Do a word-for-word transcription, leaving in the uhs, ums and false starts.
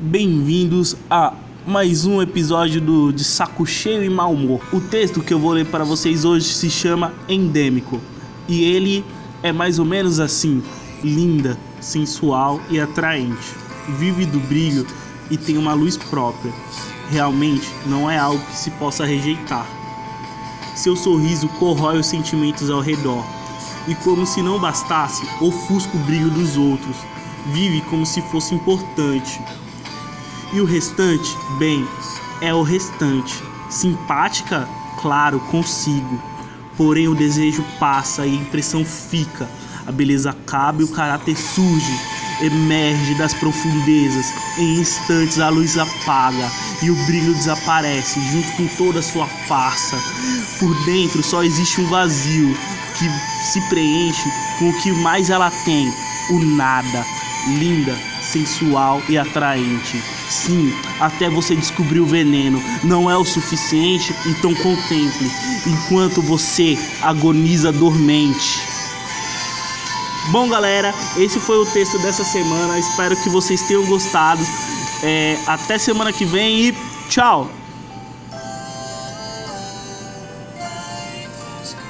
bem-vindos a mais um episódio do De Saco Cheio e Mau Humor. O texto que eu vou ler para vocês hoje se chama Endêmico e ele é mais ou menos assim: linda, sensual e atraente, vive do brilho e tem uma luz própria. Realmente não é algo que se possa rejeitar. Seu sorriso corrói os sentimentos ao redor e, como se não bastasse, ofusca o brilho dos outros. Vive como se fosse importante. E o restante, bem, é o restante. Simpática? Claro, consigo. Porém o desejo passa e a impressão fica. A beleza acaba e o caráter surge. Emerge das profundezas. Em instantes a luz apaga e o brilho desaparece junto com toda a sua farsa. Por dentro só existe um vazio que se preenche com o que mais ela tem: o nada. Linda, sensual e atraente. Sim, até você descobrir o veneno não é o suficiente, então contemple enquanto você agoniza dormente. Bom, galera, esse foi o texto dessa semana. Espero que vocês tenham gostado. É, até semana que vem e tchau!